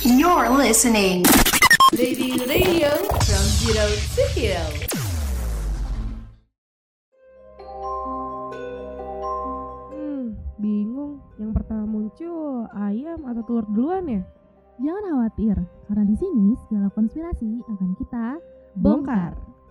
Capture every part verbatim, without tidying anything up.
You're listening. Lady Radio from Zero to Hero. Hmm, bingung. Yang pertama muncul ayam atau telur duluan ya? Jangan khawatir, karena di sini segala konspirasi akan kita bongkar.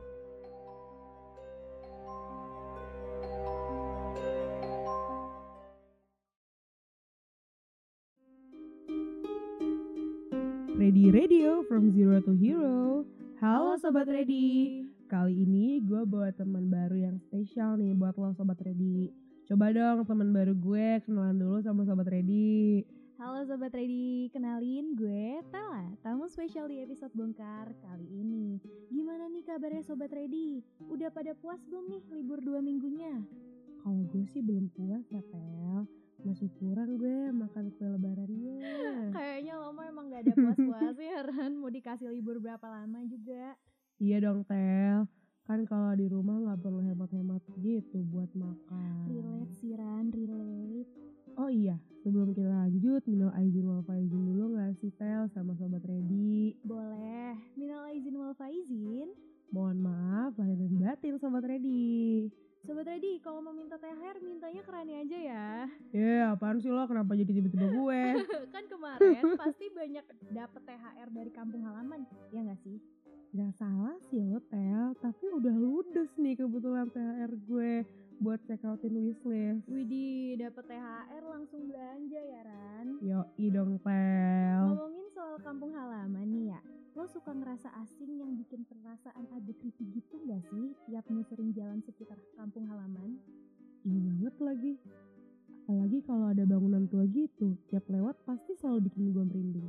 Ready Radio from Zero to Hero. Halo Sobat Ready. Kali ini gue bawa teman baru yang spesial nih buat lo Sobat Ready. Coba dong teman baru gue kenalan dulu sama Sobat Ready. Halo Sobat Ready, kenalin gue Tela, tamu spesial di episode bongkar kali ini. Gimana nih kabarnya Sobat Ready? Udah pada puas belum nih libur dua minggunya? Kalau gue sih belum puas ya Tel. Masih kurang gue makan kue lebarannya. Kayaknya lo mah emang gak ada puas-puas ya Ran, mau dikasih libur berapa lama juga. Iya dong Tel, kan kalau di rumah gak perlu hemat-hemat gitu buat makan. Relate sih Ran, relate. Oh iya, sebelum kita lanjut, minal aizin wal faizin dulu gak sih Tel sama Sobat Ready? Boleh, minal aizin wal faizin. Mohon maaf lahir dan batin Sobat Ready. Sobat Ready, kalau mau minta T H R mintanya ke Rani aja ya. Ya yeah, apaan sih lo, kenapa jadi tiba-tiba gue? Kan kemarin pasti banyak dapet T H R dari kampung halaman, ya gak sih? Gak salah sih lo Tel, tapi udah ludes nih kebetulan T H R gue buat check outin wishlist. Widih, dapet T H R langsung belanja ya Ran. Yoi dong Tel. Ngomongin soal kampung halaman nih ya, lo suka ngerasa asing yang bikin perasaan agak creepy gitu gak sih tiap nyusurin jalan sekitar kampung halaman? Iya banget lagi. Apalagi kalau ada bangunan tua gitu, tiap lewat pasti selalu bikin gue merinding.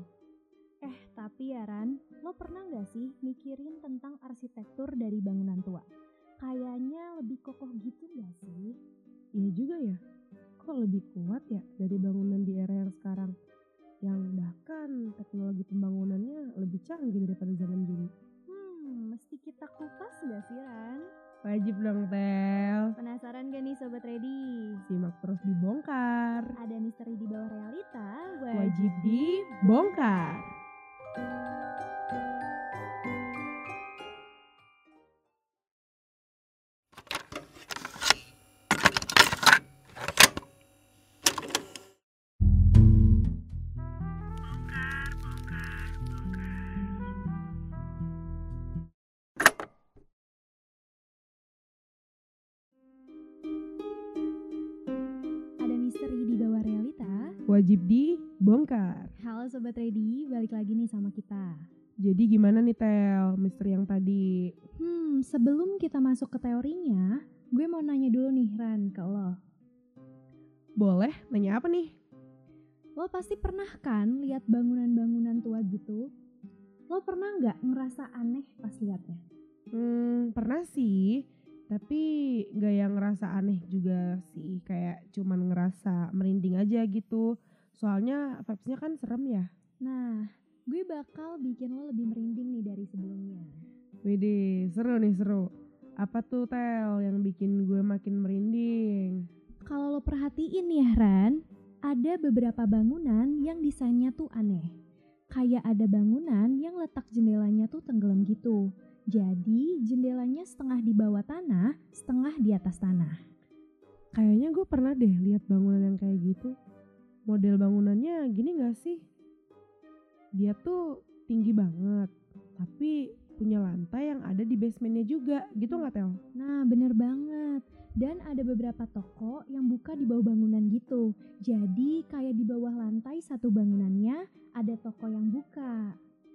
Eh tapi ya Ran, lo pernah gak sih mikirin tentang arsitektur dari bangunan tua? Kayaknya lebih kokoh gitu gak sih? Iya juga ya, kok lebih kuat ya dari bangunan di era yang sekarang? Yang bahkan teknologi pembangunannya lebih canggih daripada zaman dulu. Hmm, mesti kita kupas gak sih Ran? Wajib dong Tel. Penasaran gak nih Sobat Ready? Simak terus dibongkar. Ada misteri di bawah realita, Wajib dibongkar. Misteri di bawah realita, wajib dibongkar. Halo Sobat Ready, balik lagi nih sama kita. Jadi gimana nih Tel, misteri yang tadi? Hmm, sebelum kita masuk ke teorinya, gue mau nanya dulu nih Ran ke lo. Boleh, nanya apa nih? Lo pasti pernah kan lihat bangunan-bangunan tua gitu? Lo pernah gak ngerasa aneh pas liatnya? Hmm, pernah sih. Tapi gak yang ngerasa aneh juga sih, kayak cuman ngerasa merinding aja gitu. Soalnya vibes-nya kan serem ya. Nah, gue bakal bikin lo lebih merinding nih dari sebelumnya. Widih, seru nih seru. Apa tuh Tel yang bikin gue makin merinding? Kalau lo perhatiin ya Ran, ada beberapa bangunan yang desainnya tuh aneh. Kayak ada bangunan yang letak jendelanya tuh tenggelam gitu. Jadi jendelanya setengah di bawah tanah, setengah di atas tanah. Kayaknya gue pernah deh lihat bangunan yang kayak gitu. Model bangunannya gini gak sih? Dia tuh tinggi banget, tapi punya lantai yang ada di basementnya juga, gitu gak Tel? Nah bener banget. Dan ada beberapa toko yang buka di bawah bangunan gitu. Jadi kayak di bawah lantai satu bangunannya ada toko yang buka.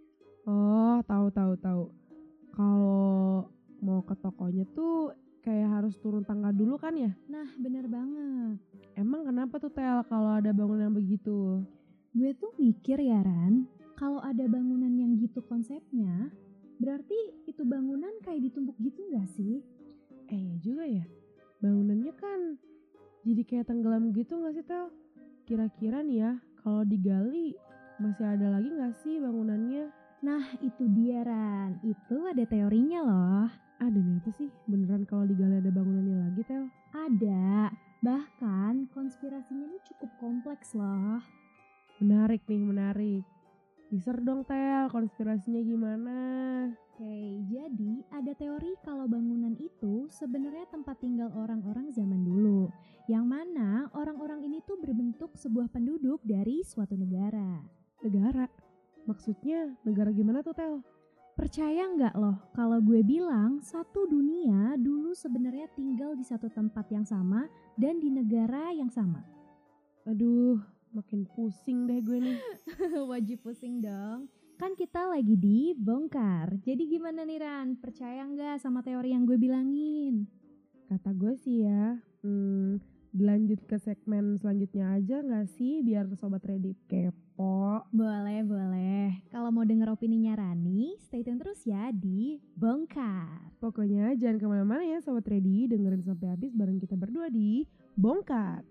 Oh tahu tahu tahu. Kalau mau ke tokonya tuh kayak harus turun tangga dulu kan ya? Nah bener banget. Emang kenapa tuh Tel kalau ada bangunan begitu? Gue tuh mikir ya Ran, kalau ada bangunan yang gitu konsepnya, berarti itu bangunan kayak ditumpuk gitu gak sih? Eh ya juga ya, bangunannya kan jadi kayak tenggelam gitu gak sih Tel? Kira-kira nih ya, kalau digali masih ada lagi gak sih bangunannya? Nah itu dia Ran, itu ada teorinya loh. Ada nih apa sih? Beneran kalau digali ada bangunannya lagi Tel? Ada, bahkan konspirasinya ini cukup kompleks loh. Menarik nih, menarik. Teaser dong Tel, konspirasinya gimana? Oke, jadi ada teori kalau bangunan itu sebenarnya tempat tinggal orang-orang zaman dulu, yang mana orang-orang ini tuh berbentuk sebuah penduduk dari suatu negara. Negara? Maksudnya negara gimana tuh Tel? Percaya nggak loh kalau gue bilang satu dunia dulu sebenarnya tinggal di satu tempat yang sama dan di negara yang sama. Aduh, makin pusing deh gue nih. Wajib pusing dong. Kan kita lagi di bongkar. Jadi gimana nih Ran? Percaya nggak sama teori yang gue bilangin? Kata gue sih ya, hmm, dilanjut ke segmen selanjutnya aja gak sih biar Sobat Ready kepo. Boleh, boleh. Kalau mau denger opininya Rani, stay tune terus ya di Bongkar. Pokoknya jangan kemana-mana ya Sobat Ready, dengerin sampai habis bareng kita berdua di Bongkar.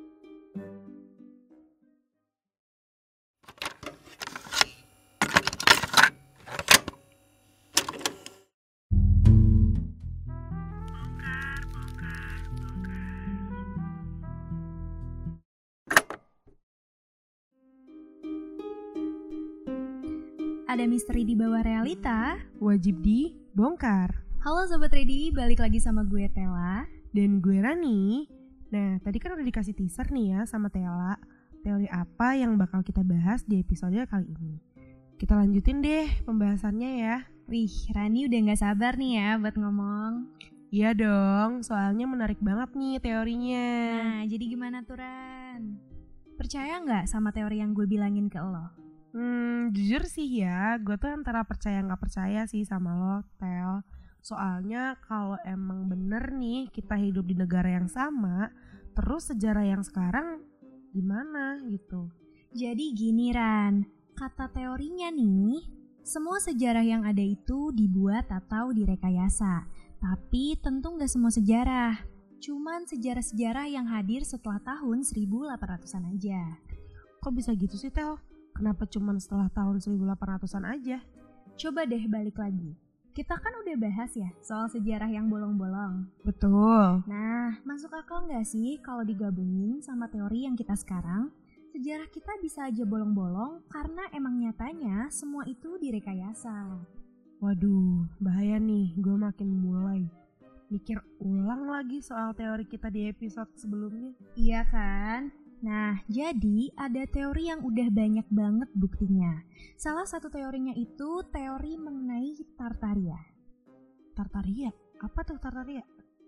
Ada misteri di bawah realita. Wajib di Bongkar. Halo Sobat Ready, balik lagi sama gue Tela. Dan gue Rani. Nah, tadi kan udah dikasih teaser nih ya sama Tela. Teori apa yang bakal kita bahas di episode kali ini. Kita lanjutin deh pembahasannya ya. Wih, Rani udah gak sabar nih ya buat ngomong. Iya dong, soalnya menarik banget nih teorinya. Nah, jadi gimana tuh Ran? Percaya gak sama teori yang gue bilangin ke lo? Hmm, jujur sih ya, gue tuh antara percaya gak percaya sih sama lo, Tel. Soalnya kalau emang bener nih kita hidup di negara yang sama, terus sejarah yang sekarang gimana gitu. Jadi gini Ran, kata teorinya nih, semua sejarah yang ada itu dibuat atau direkayasa. Tapi tentu gak semua sejarah, cuman sejarah-sejarah yang hadir setelah tahun seribu delapan ratusan aja. Kok bisa gitu sih Tel? Kenapa cuman setelah tahun seribu delapan ratusan aja? Coba deh balik lagi. Kita kan udah bahas ya soal sejarah yang bolong-bolong. Betul. Nah, masuk akal gak sih kalau digabungin sama teori yang kita sekarang? Sejarah kita bisa aja bolong-bolong karena emang nyatanya semua itu direkayasa. Waduh, bahaya nih, gue makin mulai mikir ulang lagi soal teori kita di episode sebelumnya. Iya kan? Nah, jadi ada teori yang udah banyak banget buktinya. Salah satu teorinya itu teori mengenai Tartaria. Tartaria? Apa tuh Tartaria?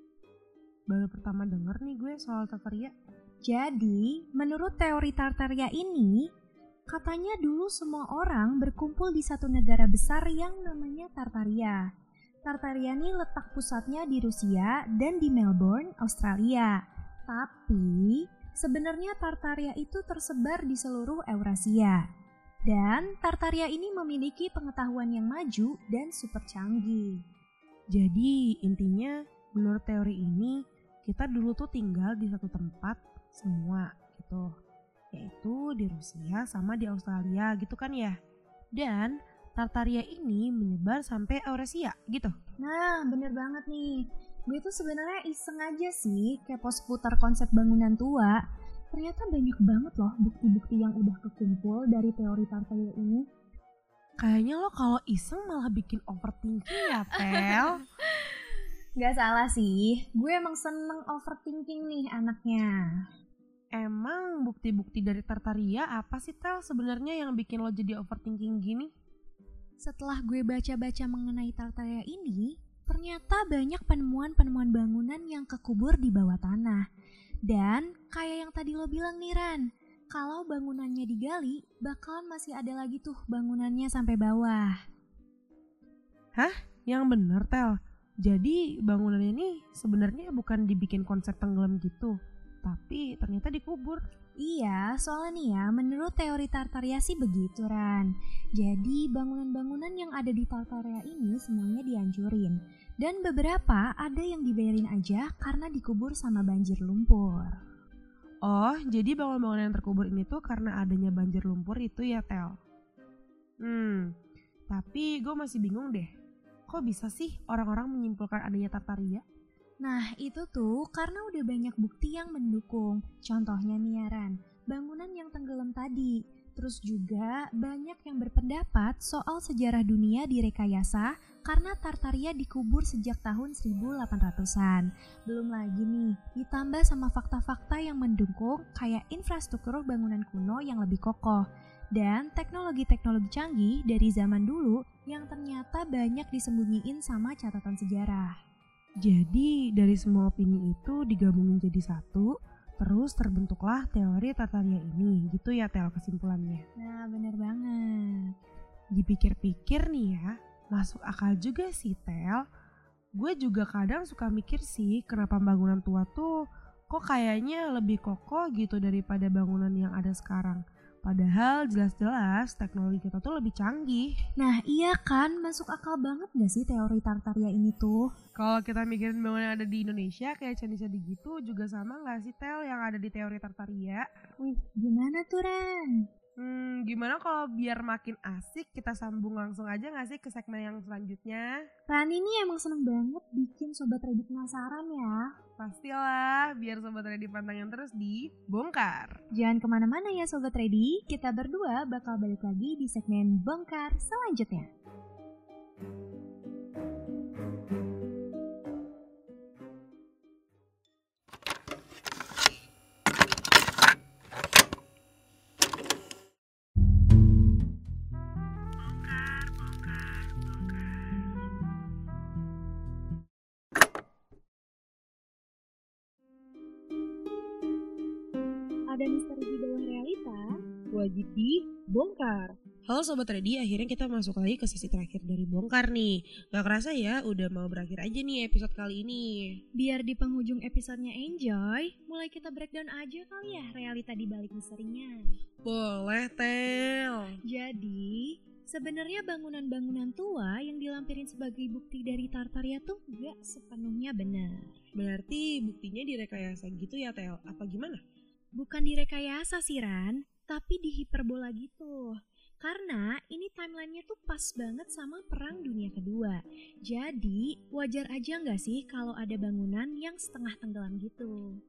Baru pertama denger nih gue soal Tartaria. Jadi, menurut teori Tartaria ini, katanya dulu semua orang berkumpul di satu negara besar yang namanya Tartaria. Tartaria ini letak pusatnya di Rusia dan di Melbourne, Australia. Tapi sebenarnya Tartaria itu tersebar di seluruh Eurasia. Dan Tartaria ini memiliki pengetahuan yang maju dan super canggih. Jadi intinya menurut teori ini kita dulu tuh tinggal di satu tempat semua gitu. Yaitu di Rusia sama di Australia gitu kan ya. Dan Tartaria ini menyebar sampai Eurasia gitu. Nah bener banget nih. Gue tuh sebenarnya iseng aja sih kepo seputar konsep bangunan tua. Ternyata banyak banget loh bukti-bukti yang udah kekumpul dari teori Tartaria ini. Kayaknya lo kalau iseng malah bikin overthinking ya, Tel. Gak salah sih, gue emang seneng overthinking nih anaknya. Emang bukti-bukti dari Tartaria apa sih, Tel, sebenarnya yang bikin lo jadi overthinking gini? Setelah gue baca-baca mengenai Tartaria ini, ternyata banyak penemuan-penemuan bangunan yang kekubur di bawah tanah. Dan kayak yang tadi lo bilang nih Ran, kalau bangunannya digali, bakalan masih ada lagi tuh bangunannya sampai bawah. Hah? Yang bener, Tel? Jadi bangunan ini sebenarnya bukan dibikin konsep tenggelam gitu, tapi ternyata dikubur. Iya, soalnya nih ya, menurut teori Tartaria sih begitu Ran. Jadi bangunan-bangunan yang ada di Tartaria ini semuanya dihancurin. Dan beberapa ada yang dibiarin aja karena dikubur sama banjir lumpur. Oh, jadi bangunan-bangunan yang terkubur ini tuh karena adanya banjir lumpur itu ya, Tel? Hmm, tapi gue masih bingung deh. Kok bisa sih orang-orang menyimpulkan adanya Tartaria? Nah itu tuh karena udah banyak bukti yang mendukung. Contohnya nih ya Ran, bangunan yang tenggelam tadi. Terus juga banyak yang berpendapat soal sejarah dunia direkayasa karena Tartaria dikubur sejak tahun seribu delapan ratusan. Belum lagi nih, ditambah sama fakta-fakta yang mendukung kayak infrastruktur bangunan kuno yang lebih kokoh dan teknologi-teknologi canggih dari zaman dulu yang ternyata banyak disembunyiin sama catatan sejarah. Jadi dari semua opini itu digabungin jadi satu, terus terbentuklah teori Tartaria ini, gitu ya Tel kesimpulannya. Nah, bener banget. Dipikir-pikir nih ya, masuk akal juga sih Tel. Gue juga kadang suka mikir sih kenapa bangunan tua tuh kok kayaknya lebih kokoh gitu daripada bangunan yang ada sekarang. Padahal jelas-jelas teknologi kita tuh lebih canggih. Nah iya kan, masuk akal banget gak sih teori Tartaria ini tuh? Kalau kita mikirin bangunan yang ada di Indonesia kayak candi-candi gitu juga sama gak sih Tel yang ada di teori Tartaria? Wih, gimana tuh Ran? Hmm, gimana kalau biar makin asik kita sambung langsung aja gak sih ke segmen yang selanjutnya? Ran ini emang seneng banget bikin Sobat Ready penasaran ya. Pastilah, biar Sobat Ready pantengin terus di Bongkar. Jangan kemana-mana ya Sobat Ready, kita berdua bakal balik lagi di segmen Bongkar selanjutnya. Ada misteri di bawah realita, Wajib dibongkar. Halo Sobat Ready, akhirnya kita masuk lagi ke sesi terakhir dari Bongkar nih. Gak kerasa ya, udah mau berakhir aja nih episode kali ini. biar di penghujung episodenya enjoy, mulai kita breakdown aja kali ya realita di balik misterinya. Boleh Tel. Jadi, sebenarnya bangunan-bangunan tua yang dilampirin sebagai bukti dari Tartaria tuh gak sepenuhnya benar. Berarti buktinya direkayasa gitu ya Tel, apa gimana? Bukan direkayasa sih Ran, tapi dihiperbola gitu. Karena ini timelinenya tuh pas banget sama Perang Dunia Kedua. Jadi wajar aja gak sih kalau ada bangunan yang setengah tenggelam gitu.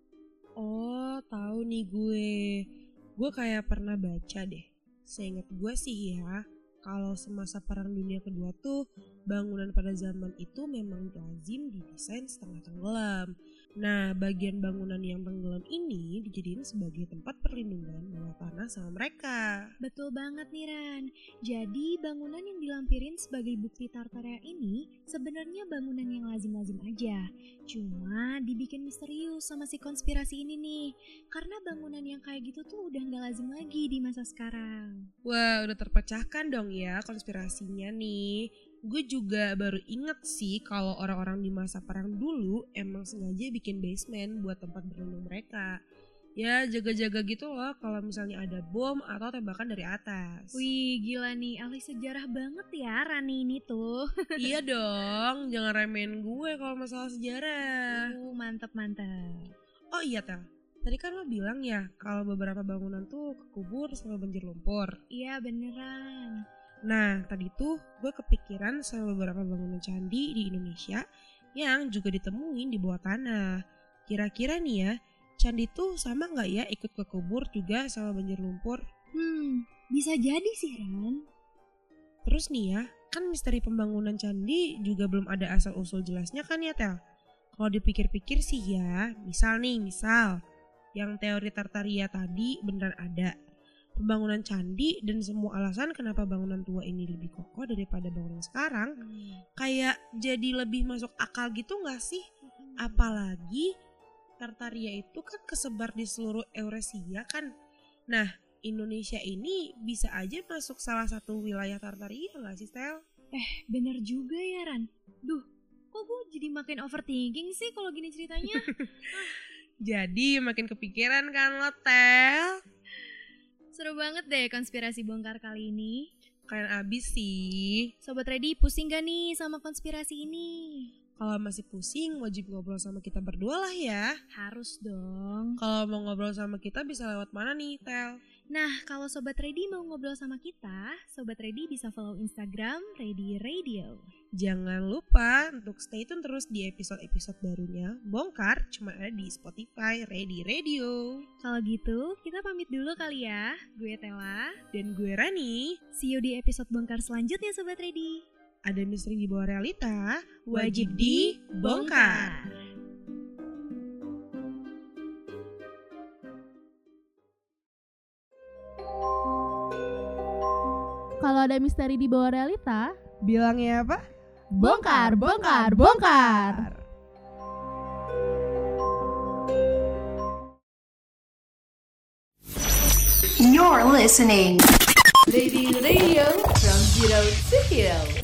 Oh, tahu nih gue. Gue kayak pernah baca deh. Seingat gue sih ya, kalau semasa Perang Dunia Kedua tuh bangunan pada zaman itu memang lazim didesain setengah tenggelam. Nah, bagian bangunan yang tenggelam ini dijadiin sebagai tempat perlindungan bawah tanah sama mereka. Betul banget nih Ran. Jadi bangunan yang dilampirin sebagai bukti Tartaria ini sebenarnya bangunan yang lazim-lazim aja. Cuma dibikin misterius sama si konspirasi ini nih. Karena bangunan yang kayak gitu tuh udah gak lazim lagi di masa sekarang. Wah, udah terpecahkan dong ya konspirasinya nih. Gue juga baru inget sih kalau orang-orang di masa perang dulu emang sengaja bikin basement buat tempat berlindung mereka. Ya jaga-jaga gitu loh kalau misalnya ada bom atau tembakan dari atas. Wih gila nih, ahli sejarah banget ya Rani ini tuh. Iya dong, jangan remehin gue kalau masalah sejarah. Uh, mantep-mantep. Oh iya Tel, tadi kan lo bilang ya kalau beberapa bangunan tuh kekubur sama banjir lumpur. Iya beneran. Nah, tadi tuh gue kepikiran sama beberapa bangunan candi di Indonesia yang juga ditemuin di bawah tanah. Kira-kira nih ya, candi tuh sama gak ya ikut kekubur juga sama banjir lumpur? Hmm, bisa jadi sih Ran. Terus nih ya, kan misteri pembangunan candi juga belum ada asal-usul jelasnya kan ya Tel? Kalau dipikir-pikir sih ya, misal nih, misal yang teori Tartaria tadi beneran ada. Pembangunan candi dan semua alasan kenapa bangunan tua ini lebih kokoh daripada bangunan sekarang Hmm. kayak jadi lebih masuk akal gitu gak sih? Apalagi Tartaria itu kan kesebar di seluruh Eurasia kan. Nah, Indonesia ini bisa aja masuk salah satu wilayah Tartaria gak sih Stel? Eh bener juga ya Ran. Duh, kok gue jadi makin overthinking sih kalau gini ceritanya? Jadi makin kepikiran kan lo Tel? Seru banget deh konspirasi bongkar kali ini. Kalian abis sih. Sobat Ready pusing gak nih sama konspirasi ini? Kalau masih pusing wajib ngobrol sama kita berdua lah ya. Harus dong. Kalau mau ngobrol sama kita bisa lewat mana nih Tel? Nah, kalau Sobat Ready mau ngobrol sama kita, Sobat Ready bisa follow Instagram Ready Radio. Jangan lupa untuk stay tune terus di episode-episode barunya. Bongkar cuma ada di Spotify Ready Radio. Kalau gitu, kita pamit dulu kali ya. Gue Tela. Dan gue Rani. See you di episode Bongkar selanjutnya Sobat Ready. Ada misteri di bawah realita, Wajib dibongkar. Kalau ada misteri di bawah realita, bilangnya apa? bongkar, bongkar, bongkar. You're listening. Ready Radio from Zero to Hero.